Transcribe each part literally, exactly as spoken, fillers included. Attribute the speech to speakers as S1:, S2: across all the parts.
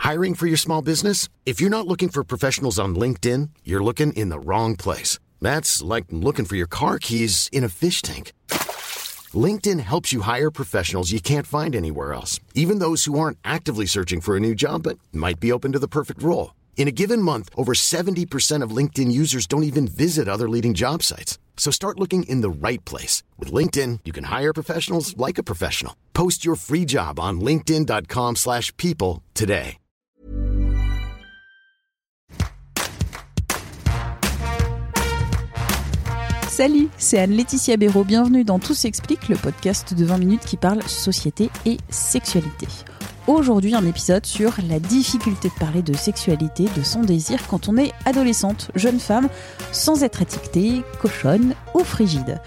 S1: Hiring for your small business? If you're not looking for professionals on LinkedIn, you're looking in the wrong place. That's like looking for your car keys in a fish tank. LinkedIn helps you hire professionals you can't find anywhere else, even those who aren't actively searching for a new job but might be open to the perfect role. In a given month, over seventy percent of LinkedIn users don't even visit other leading job sites. So start looking in the right place. With LinkedIn, you can hire professionals like a professional. Post your free job on linkedin.com slash people today.
S2: Salut, c'est Anne-Laetitia Béraud. Bienvenue dans Tout s'explique, le podcast de vingt minutes qui parle société et sexualité. Aujourd'hui, un épisode sur la difficulté de parler de sexualité, de son désir quand on est adolescente, jeune femme, sans être étiquetée, cochonne ou frigide.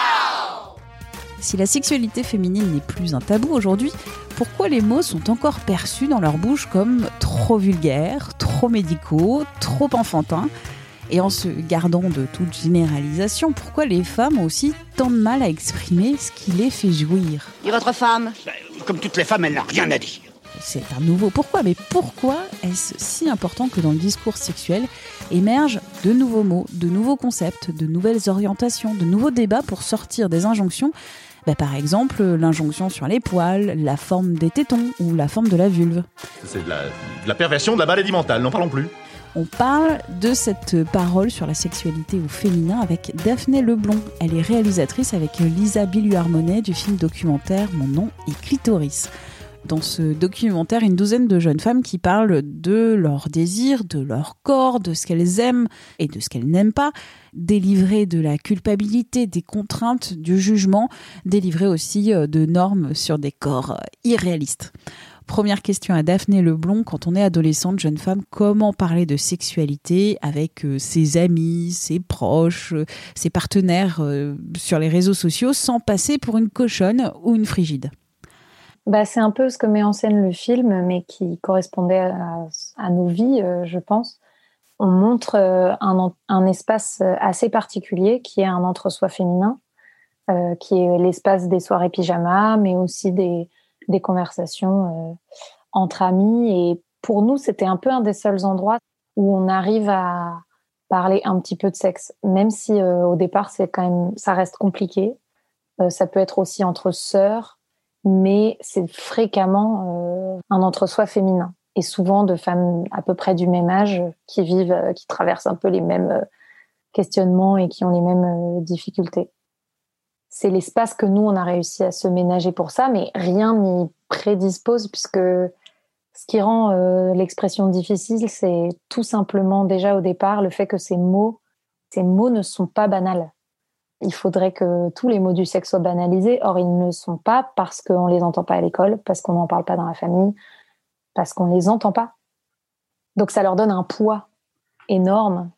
S2: Wow! Si la sexualité féminine n'est plus un tabou aujourd'hui, pourquoi les mots sont encore perçus dans leur bouche comme trop vulgaires, trop médicaux, trop enfantins ? Et en se gardant de toute généralisation, pourquoi les femmes ont aussi tant de mal à exprimer ce qui les fait jouir ?
S3: Et votre femme ?
S4: Ben, comme toutes les femmes, elle n'a rien à dire.
S2: C'est un nouveau pourquoi, mais pourquoi est-ce si important que dans le discours sexuel émergent de nouveaux mots, de nouveaux concepts, de nouvelles orientations, de nouveaux débats pour sortir des injonctions ? Ben, par exemple, l'injonction sur les poils, la forme des tétons ou la forme de la vulve.
S5: C'est de la, de la perversion, de la maladie mentale, n'en parlons plus.
S2: On parle de cette parole sur la sexualité au féminin avec Daphné Leblond. Elle est réalisatrice avec Lisa Billuart-Monet du film documentaire Mon nom est Clitoris. Dans ce documentaire, une douzaine de jeunes femmes qui parlent de leurs désirs, de leur corps, de ce qu'elles aiment et de ce qu'elles n'aiment pas, délivrées de la culpabilité, des contraintes, du jugement, délivrées aussi de normes sur des corps irréalistes. Première question à Daphné Leblond, quand on est adolescente, jeune femme, comment parler de sexualité avec euh, ses amis, ses proches, euh, ses partenaires euh, sur les réseaux sociaux sans passer pour une cochonne ou une frigide ?
S6: Bah, c'est un peu ce que met en scène le film, mais qui correspondait à, à nos vies, euh, je pense. On montre euh, un, un espace assez particulier qui est un entre-soi féminin, euh, qui est l'espace des soirées pyjama, mais aussi des des conversations euh, entre amis. Et pour nous, c'était un peu un des seuls endroits où on arrive à parler un petit peu de sexe, même si euh, au départ, c'est quand même, ça reste compliqué. Euh, ça peut être aussi entre sœurs, mais c'est fréquemment euh, un entre-soi féminin. Et souvent de femmes à peu près du même âge qui vivent, euh, qui traversent un peu les mêmes euh, questionnements et qui ont les mêmes euh, difficultés. C'est l'espace que nous, on a réussi à se ménager pour ça, mais rien n'y prédispose, puisque ce qui rend euh, l'expression difficile, c'est tout simplement déjà au départ le fait que ces mots, ces mots ne sont pas banals. Il faudrait que tous les mots du sexe soient banalisés, or ils ne le sont pas parce qu'on ne les entend pas à l'école, parce qu'on n'en parle pas dans la famille, parce qu'on ne les entend pas. Donc ça leur donne un poids énorme.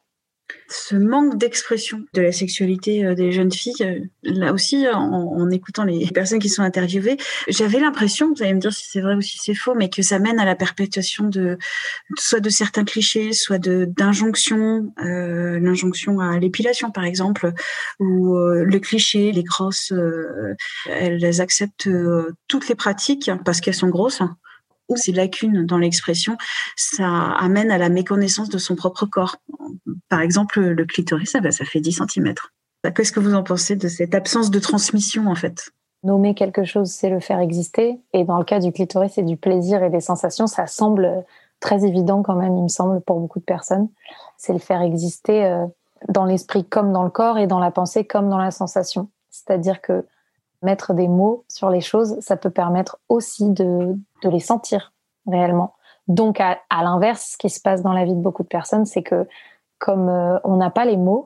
S7: Ce manque d'expression de la sexualité des jeunes filles, là aussi, en, en écoutant les personnes qui sont interviewées, j'avais l'impression, vous allez me dire si c'est vrai ou si c'est faux, mais que ça mène à la perpétuation de soit de certains clichés, soit de d'injonctions, euh, l'injonction à l'épilation par exemple, ou euh, le cliché, les grosses, euh, elles acceptent euh, toutes les pratiques parce qu'elles sont grosses. Ou ces lacunes dans l'expression, ça amène à la méconnaissance de son propre corps. Par exemple, le clitoris, ça, ça fait dix centimètres. Qu'est-ce que vous en pensez de cette absence de transmission, en fait ?
S6: Nommer quelque chose, c'est le faire exister. Et dans le cas du clitoris, c'est du plaisir et des sensations. Ça semble très évident quand même, il me semble, pour beaucoup de personnes. C'est le faire exister euh, dans l'esprit comme dans le corps et dans la pensée comme dans la sensation. C'est-à-dire que mettre des mots sur les choses, ça peut permettre aussi de, de les sentir réellement. Donc, à, à l'inverse, ce qui se passe dans la vie de beaucoup de personnes, c'est que comme euh, on n'a pas les mots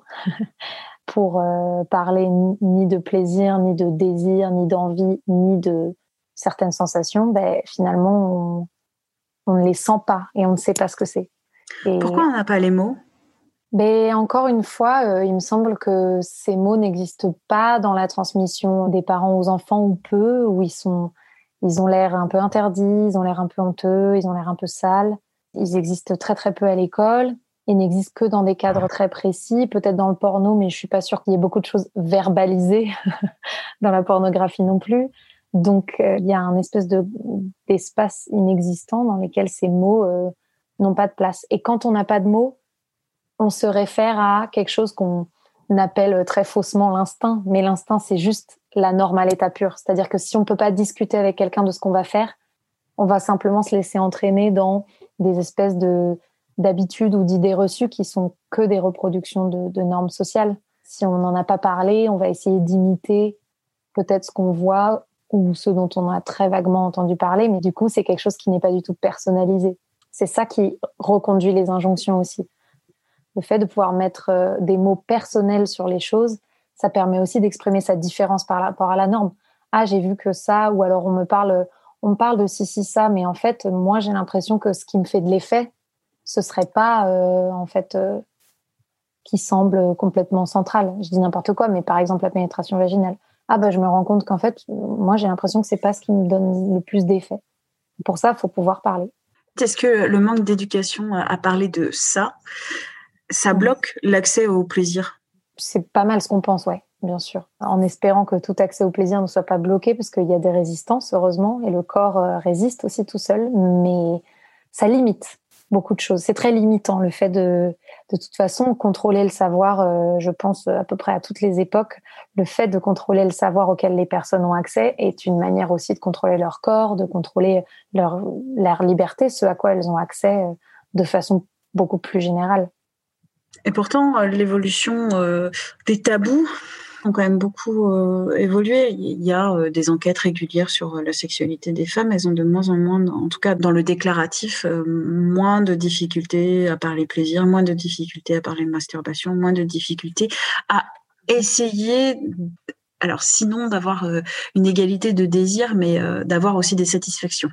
S6: pour euh, parler ni, ni de plaisir, ni de désir, ni d'envie, ni de certaines sensations, ben, finalement, on, on ne les sent pas et on ne sait pas ce que c'est. Et
S7: pourquoi on n'a pas les mots ?
S6: Mais encore une fois, euh, il me semble que ces mots n'existent pas dans la transmission des parents aux enfants ou peu, où ils sont, ils ont l'air un peu interdits, ils ont l'air un peu honteux, ils ont l'air un peu sales. Ils existent très très peu à l'école. Ils n'existent que dans des cadres très précis, peut-être dans le porno, mais je suis pas sûre qu'il y ait beaucoup de choses verbalisées dans la pornographie non plus. Donc, euh, il y a un espèce de, d'espace inexistant dans lequel ces mots euh, n'ont pas de place. Et quand on n'a pas de mots, on se réfère à quelque chose qu'on appelle très faussement l'instinct. Mais l'instinct, c'est juste la norme à l'état pur. C'est-à-dire que si on ne peut pas discuter avec quelqu'un de ce qu'on va faire, on va simplement se laisser entraîner dans des espèces de, d'habitudes ou d'idées reçues qui sont que des reproductions de, de normes sociales. Si on n'en a pas parlé, on va essayer d'imiter peut-être ce qu'on voit ou ce dont on a très vaguement entendu parler, mais du coup, c'est quelque chose qui n'est pas du tout personnalisé. C'est ça qui reconduit les injonctions aussi. Le fait de pouvoir mettre euh, des mots personnels sur les choses, ça permet aussi d'exprimer sa différence par rapport à la norme. Ah, j'ai vu que ça, ou alors on me parle, on me parle de ci, ci, ça, mais en fait, moi, j'ai l'impression que ce qui me fait de l'effet, ce serait pas, euh, en fait, euh, qui semble complètement central. Je dis n'importe quoi, mais par exemple, la pénétration vaginale. Ah bah je me rends compte qu'en fait, moi j'ai l'impression que c'est pas ce qui me donne le plus d'effet. Pour ça, il faut pouvoir parler.
S7: Est-ce que le manque d'éducation à parler de ça, ça bloque l'accès au plaisir ?
S6: C'est pas mal ce qu'on pense, ouais, bien sûr. En espérant que tout accès au plaisir ne soit pas bloqué, parce qu'il y a des résistances, heureusement, et le corps résiste aussi tout seul, mais ça limite beaucoup de choses. C'est très limitant, le fait de, de toute façon, contrôler le savoir, euh, je pense à peu près à toutes les époques, le fait de contrôler le savoir auquel les personnes ont accès est une manière aussi de contrôler leur corps, de contrôler leur, leur liberté, ce à quoi elles ont accès euh, de façon beaucoup plus générale.
S7: Et pourtant, l'évolution euh, des tabous ont quand même beaucoup euh, évolué. Il y a euh, des enquêtes régulières sur euh, la sexualité des femmes. Elles ont de moins en moins, en tout cas dans le déclaratif, euh, moins de difficultés à parler plaisir, moins de difficultés à parler masturbation, moins de difficultés à essayer, alors sinon d'avoir euh, une égalité de désir, mais euh, d'avoir aussi des satisfactions.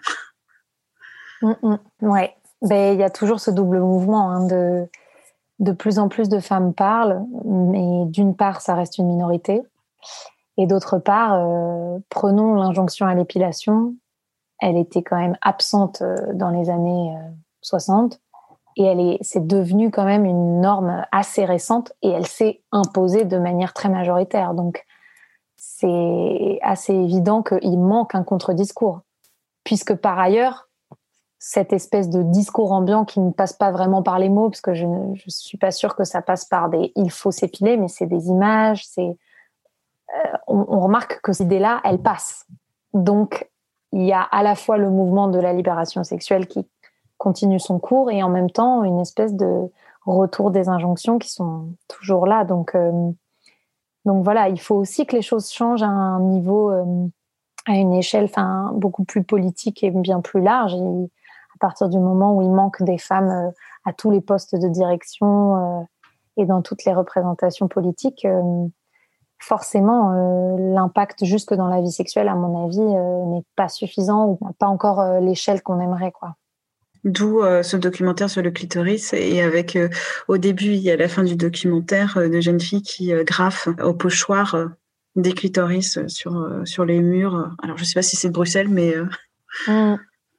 S6: Mmh, mmh, ouais, ben il y a toujours ce double mouvement hein, de de plus en plus de femmes parlent, mais d'une part, ça reste une minorité. Et d'autre part, euh, prenons l'injonction à l'épilation. Elle était quand même absente euh, dans les années euh, soixante. Et elle est, c'est devenu quand même une norme assez récente et elle s'est imposée de manière très majoritaire. Donc, c'est assez évident qu'il manque un contre-discours. Puisque par ailleurs, cette espèce de discours ambiant qui ne passe pas vraiment par les mots, parce que je ne je suis pas sûre que ça passe par des « il faut s'épiler », mais c'est des images, c'est... Euh, on, on remarque que cette idée-là, elle passe. Donc, il y a à la fois le mouvement de la libération sexuelle qui continue son cours et en même temps une espèce de retour des injonctions qui sont toujours là. Donc, euh, donc voilà, il faut aussi que les choses changent à un niveau, euh, à une échelle enfin, beaucoup plus politique et bien plus large. Et, à partir du moment où il manque des femmes euh, à tous les postes de direction euh, et dans toutes les représentations politiques, euh, forcément, euh, l'impact jusque dans la vie sexuelle, à mon avis, euh, n'est pas suffisant ou n'a pas encore euh, l'échelle qu'on aimerait, quoi.
S7: D'où euh, ce documentaire sur le clitoris et avec, euh, au début et à la fin du documentaire, euh, de jeunes filles qui euh, graffent au pochoir euh, des clitoris sur, euh, sur les murs. Alors, je ne sais pas si c'est de Bruxelles, mais... Euh...
S6: Mmh.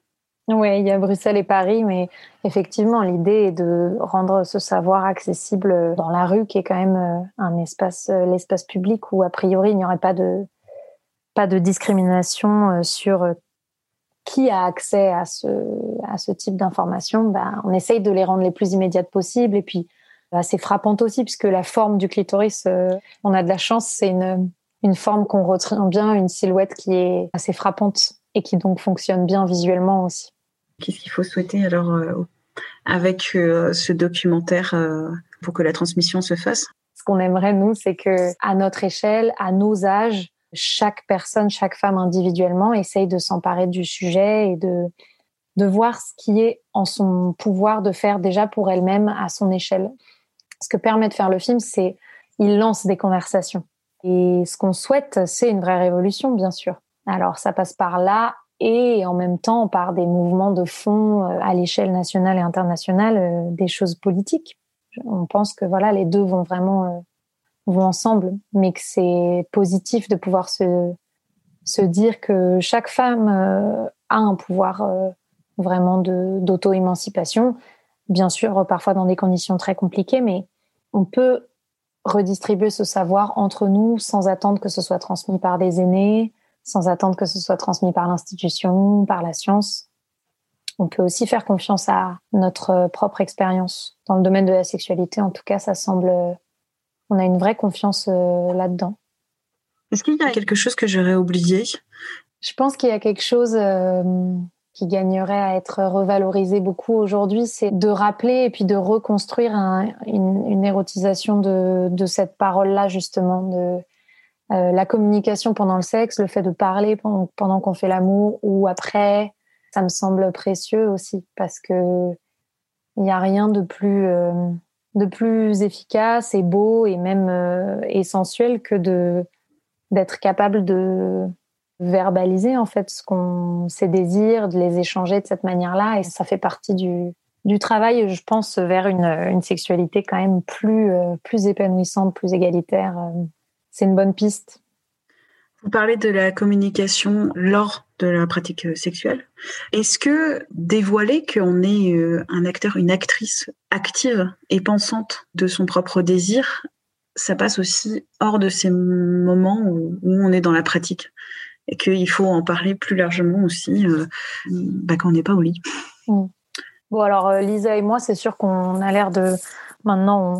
S6: Oui, il y a Bruxelles et Paris, mais effectivement, l'idée est de rendre ce savoir accessible dans la rue, qui est quand même un espace, l'espace public où, a priori, il n'y aurait pas de, pas de discrimination sur qui a accès à ce, à ce type d'informations. Ben, on essaye de les rendre les plus immédiates possibles et puis assez frappantes aussi, puisque la forme du clitoris, on a de la chance, c'est une, une forme qu'on retient bien, une silhouette qui est assez frappante et qui donc fonctionne bien visuellement aussi.
S7: Qu'est-ce qu'il faut souhaiter alors euh, avec euh, ce documentaire euh, pour que la transmission se fasse ?
S6: Ce qu'on aimerait, nous, c'est que à notre échelle, à nos âges, chaque personne, chaque femme individuellement essaye de s'emparer du sujet et de, de voir ce qui est en son pouvoir de faire déjà pour elle-même à son échelle. Ce que permet de faire le film, c'est qu'il lance des conversations. Et ce qu'on souhaite, c'est une vraie révolution, bien sûr. Alors, ça passe par là et en même temps par des mouvements de fond à l'échelle nationale et internationale, des choses politiques. On pense que voilà, les deux vont vraiment vont ensemble, mais que c'est positif de pouvoir se se dire que chaque femme a un pouvoir vraiment de d'auto-émancipation. Bien sûr, parfois dans des conditions très compliquées, mais on peut redistribuer ce savoir entre nous sans attendre que ce soit transmis par des aînés sans attendre que ce soit transmis par l'institution, par la science. On peut aussi faire confiance à notre propre expérience. Dans le domaine de la sexualité, en tout cas, ça semble... On a une vraie confiance euh, là-dedans.
S7: Est-ce qu'il y a quelque chose que j'aurais oublié ?
S6: Je pense qu'il y a quelque chose euh, qui gagnerait à être revalorisé beaucoup aujourd'hui, c'est de rappeler et puis de reconstruire un, une, une érotisation de, de cette parole-là, justement, de euh, la communication pendant le sexe, le fait de parler pendant, pendant qu'on fait l'amour ou après. Ça me semble précieux aussi parce que il n'y a rien de plus, euh, de plus efficace et beau et même euh, et sensuel que de, d'être capable de verbaliser en fait ce qu'on, ses désirs, de les échanger de cette manière-là. Et ça fait partie du, du travail, je pense, vers une, une sexualité quand même plus, euh, plus épanouissante, plus égalitaire. C'est une bonne piste.
S7: Vous parlez de la communication lors de la pratique sexuelle. Est-ce que dévoiler qu'on est un acteur, une actrice active et pensante de son propre désir, ça passe aussi hors de ces moments où, où on est dans la pratique et qu'il faut en parler plus largement aussi euh, bah, quand on n'est pas au lit.
S6: Mmh. Bon, alors Lisa et moi, c'est sûr qu'on a l'air de... Maintenant, on...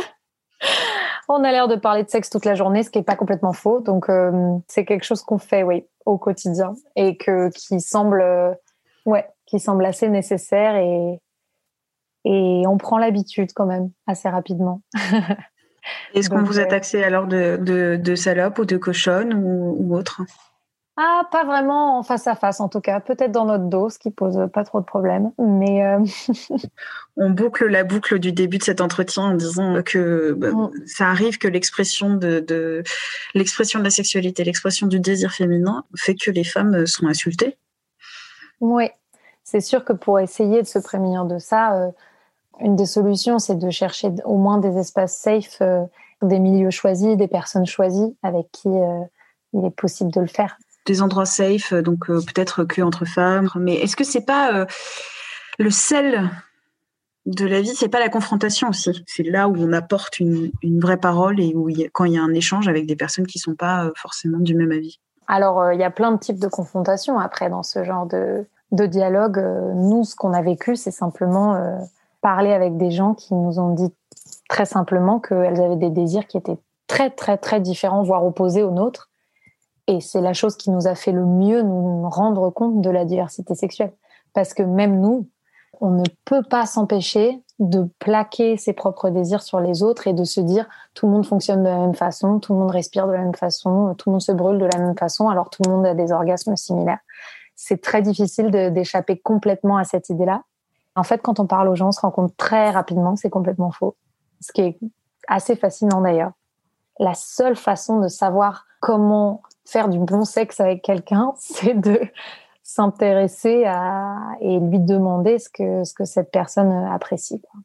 S6: On a l'air de parler de sexe toute la journée, ce qui n'est pas complètement faux. Donc, euh, c'est quelque chose qu'on fait, oui, au quotidien et que, qui semble, euh, ouais, qui semble assez nécessaire et, et on prend l'habitude quand même assez rapidement.
S7: Est-ce qu'on vous a taxé alors de, de, de salope ou de cochonne ou, ou autre ?
S6: Ah, pas vraiment en face à face en tout cas. Peut-être dans notre dos, ce qui pose pas trop de problèmes. Mais euh...
S7: on boucle la boucle du début de cet entretien en disant que bah, mm. ça arrive que l'expression de, de l'expression de la sexualité, l'expression du désir féminin fait que les femmes sont insultées.
S6: Oui, c'est sûr que pour essayer de se prémunir de ça, euh, une des solutions, c'est de chercher au moins des espaces safe, euh, des milieux choisis, des personnes choisies avec qui euh, il est possible de le faire.
S7: Des endroits safe, donc euh, peut-être que entre femmes. Mais est-ce que c'est pas euh, le sel de la vie, c'est pas la confrontation aussi ? C'est là où on apporte une, une vraie parole et où il y a, quand il y a un échange avec des personnes qui sont pas euh, forcément du même avis.
S6: Alors il euh, y a plein de types de confrontations après dans ce genre de, de dialogue. Euh, nous, ce qu'on a vécu, c'est simplement euh, parler avec des gens qui nous ont dit très simplement qu'elles avaient des désirs qui étaient très très très différents, voire opposés aux nôtres. Et c'est la chose qui nous a fait le mieux nous rendre compte de la diversité sexuelle. Parce que même nous, on ne peut pas s'empêcher de plaquer ses propres désirs sur les autres et de se dire tout le monde fonctionne de la même façon, tout le monde respire de la même façon, tout le monde se brûle de la même façon, alors tout le monde a des orgasmes similaires. C'est très difficile de, d'échapper complètement à cette idée-là. En fait, quand on parle aux gens, on se rend compte très rapidement que c'est complètement faux. Ce qui est assez fascinant d'ailleurs. La seule façon de savoir comment faire du bon sexe avec quelqu'un, c'est de s'intéresser à et lui demander ce que ce que cette personne apprécie, quoi.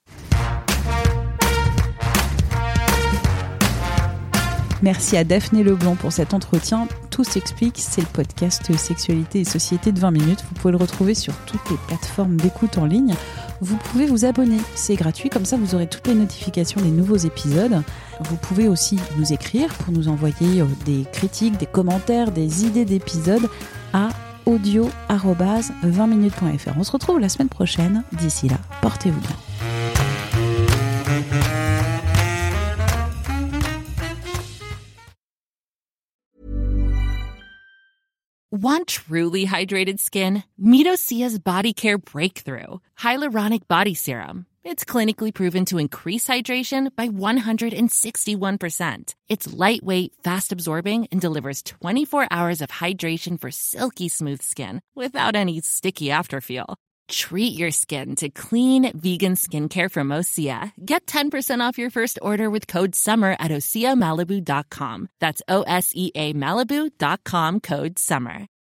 S2: Merci à Daphné Leblanc pour cet entretien. Tout s'explique, c'est le podcast Sexualité et Société de vingt minutes. Vous pouvez le retrouver sur toutes les plateformes d'écoute en ligne. Vous pouvez vous abonner, c'est gratuit, comme ça vous aurez toutes les notifications des nouveaux épisodes. Vous pouvez aussi nous écrire pour nous envoyer des critiques, des commentaires, des idées d'épisodes à audio arobase vingt minutes point f r. On se retrouve la semaine prochaine. D'ici là, portez-vous bien.
S3: Want truly hydrated skin? Meet Osea's Body Care Breakthrough Hyaluronic Body Serum. It's clinically proven to increase hydration by one hundred sixty-one percent. It's lightweight, fast-absorbing, and delivers twenty-four hours of hydration for silky smooth skin without any sticky afterfeel. Treat your skin to clean, vegan skincare from Osea. Get ten percent off your first order with code SUMMER at osea malibu dot com. That's O S E A Malibu dot com, code SUMMER.